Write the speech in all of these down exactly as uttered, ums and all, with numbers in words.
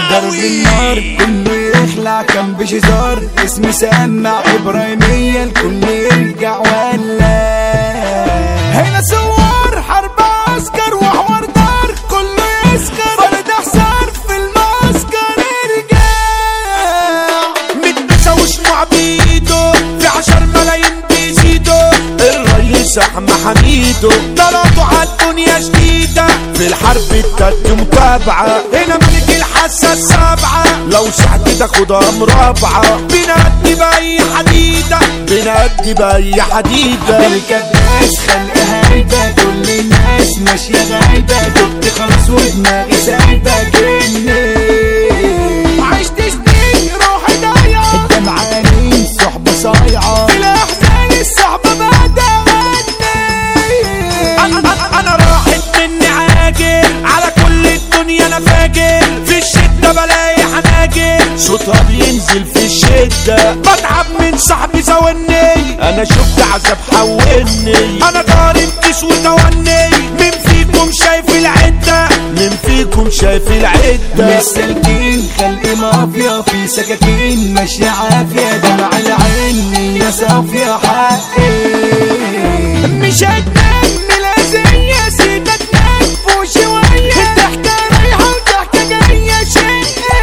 ضرب النار كله يخلع كان بشزار، اسمي سمع ابراهيمية الكل يرجع ولا هنا صور حرب عسكر وحوار دار كله يسكر فرد حصار في المعسكر ارجع متبسة وشموع بيده في عشر ملايين بيزيدوا الريس احمد حميدو طلعتوا عالدنيا شديدة في الحرب التالت متابعة هنا ملك الحاسة السابعة لو سحت تاخدها مرابعة بنأدي بأي حديدة بنأدي بأي حديدة الكباس خلقها هيبة كل الناس ماشية غايبة دبت خلاص ودماغي سايبة كني عشت سنين روحي ضايعة الدمعانين صحبة صايعة في الأحزان الصحبة بدأ أنا, أنا راحت مني عاجل على كل الدنيا أنا فاجر في الشدة بلاقي حناجر صوتها بينزل في الشدة بتعب من صاحبي زوني أنا شفت عذاب حولني أنا ضارب كيس وتوني مين فيكم شايف العدة مين فيكم شايف العدة مش سالكين خلقي مافيا في سكاكين ماشية عافية دمع العين يا صافية حقي مش هتنام ملازية سيبك نكفو شوية الضحكة رايحة والضحكة جاية شقي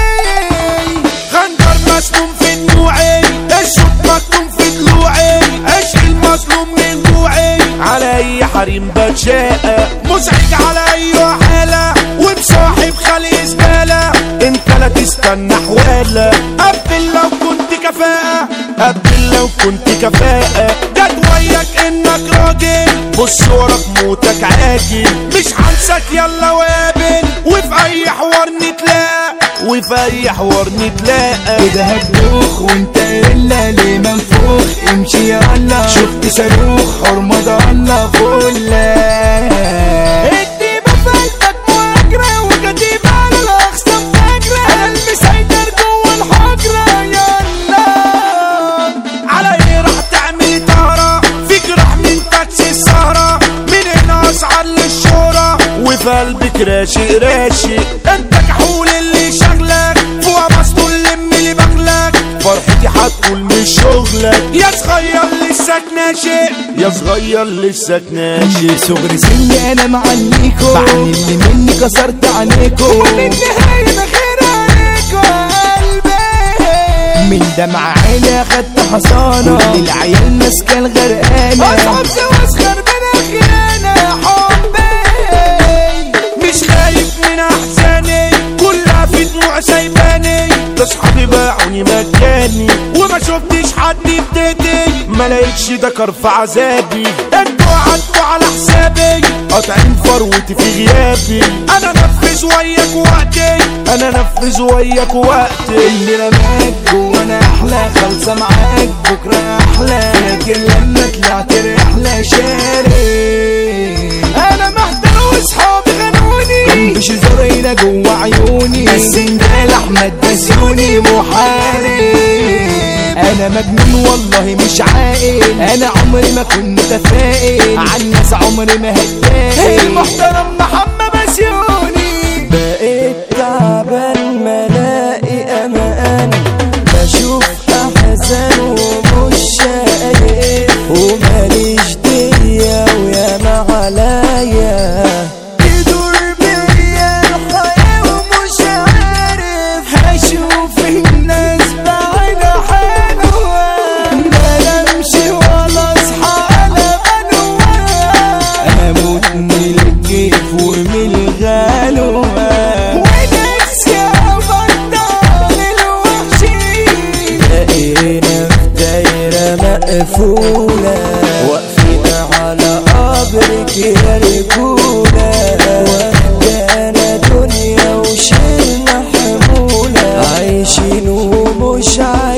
خنجر مسلوم في دموعي الشوط مكتوم في ضلوعي اشكي المظلوم من جوعي على اي حريم بتشاقى مزعج على اي حالة وبصاحب خلق زبالة انت لا تستنى حوالة قبل لو كنت كفاءة قبل لو كنت كفاءة جد وياك انك راجل بص وراك موتك عاجل مش هنساك يلا وقابل وفي اي حوار نتلاقى وفي اي حوار نتلاقى كده هتدوخ وانت الا ليه منفوخ امشي يلا شفت صاروخ حرمة ضالة فلة الديبة في قلبك مهاجرة وكتيبة على الاخصام فاجرة انا المسيطر جوه الحجرة يلا على ايه راح تعمل طهرة فيك راح من تاكسي السهرة من هنا اسعر للشهرة وفي قلبك راشق راشق انت كحول اللي شغلك فوق مسطول لم اللي بغلك فرحتي هتقول مش شغلك يا صغير لساك ناشئ يا صغير لساك ناشئ صغر سني انا معليكو بعمل اللي مني كسرت عينيكو والنهاية بخير عليكو قلبي من دمع عيني اخدت حصانة كل العيال ماسكة الغرقانة اصعب واسخر من خيانة حبي مش خايف من احزاني كلها في دموع سايباني ده صحابي باعوني مجاني وما شفتش حد بديتي ما لقيتش دكر في عذابي انتوا عدوا على حسابي قاطعين فروتي في غيابي انا نفذ وياك وقتي انا نفذ وياك وقتي اللي رماك جوانا احلى خالصة معاك بكرة احلى فاكر لما طلعت رحلة شاري انا محتار واصحابي غنوني جنب شزرينا جوا عيوني السندال احمد بسيوني محارب انا مجنون والله مش عاقل انا عمري ما كنت متفائل عن الناس عمري ما هتضايق المحترم محمد بسيوني بقيت تعبان ملاقي امان بشوف احزان ومش شايف وماليش دية وياما عليا يدور بيا الحياة ومش عارف هشوف الناس بعيد حلوة ما نمشي ولا اصحى انا بنوة اموت من الكيف ومن الغلوة ونفسي ابطل الوحشين بقينا في دايرة مقفولة واقفين على قبرك يا رجولة واخدانا دنيا وشيلنا حمولة عايشين ومش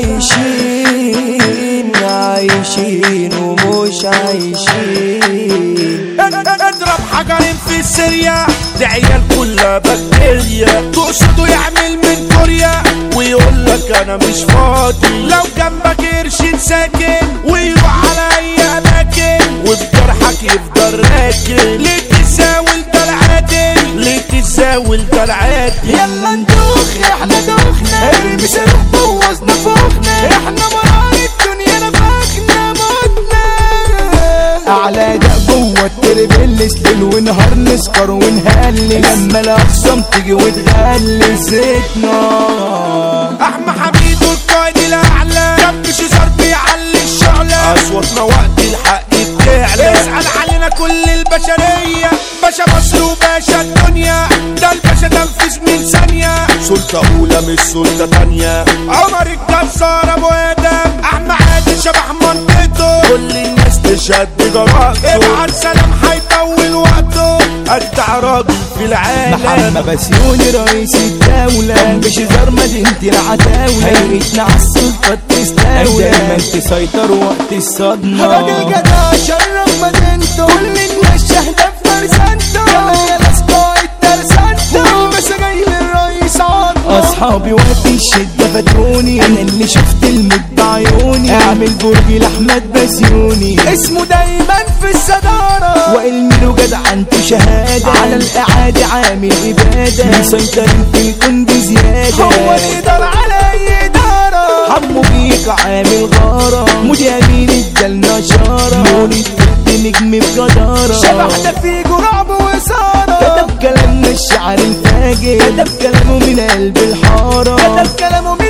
عايشين عايشين ومش عايشين اضرب حجرين في السرية دي عيال كلها بكتيريا تقصده يعمل من كوريا ويقول لك انا مش فاضي لو جنبك قرش ساكن ويروح على اي اماكن وفي جرحك يفضل راكن ليه تساوي ده العادل ليه تساوي والجرعات يلا ندوخ احنا دوخنا ارمي صاروخ بوظنا فوخنا احنا مرار الدنيا نفخنا متنا اعلى ده جوه التربلس ليل ونهار نسكر ونهلس لما الاخصام تيجي وتغلس زيتنا احمى حميد والقائد الاعلى جنب شيزار بيعلي الشعلة اصواتنا وقت الحق بتعلى اسأل علينا كل البشرية باشا مصر وباشا الدنيا ده الباشا تنفذ من ثانية سلطة اولى مش سلطة تانية عمر الجزار ابو ادم احمى عادل شبح منطقته كل الناس تشهد بجرأته ابعت سلام هيطول وقته اجدع راجل في العالم محمد بسيوني رئيس الدولة بشزار مدينة العتاولة هيئتنا عالسلطة تستولى دايما تسيطر وقت الصدمة راجل جدع شرف مدينته كل الناس شاهدة في فرسانته يا ناس قائد ترسانته بس جاي للرئيس عطله اصحابي وقت الشدة فاتوني انا اللي شفت المد بعيوني اعمل برج لاحمد بسيوني اسمه دايما في الصدارة وعلمي جدع عنده شهادة على الاعادة عامل ابادة مسيطرين في الكون بزيادة هو الادارة على اي ادارة حمو بيك عامل غارة مودي امين ادالنا شارة مولد نجم بجدارة شبح ده فيه رعب وإثارة كتب كلامنا الشعر الفاجر كتب كلامه من قلب الحارة كتب كلامه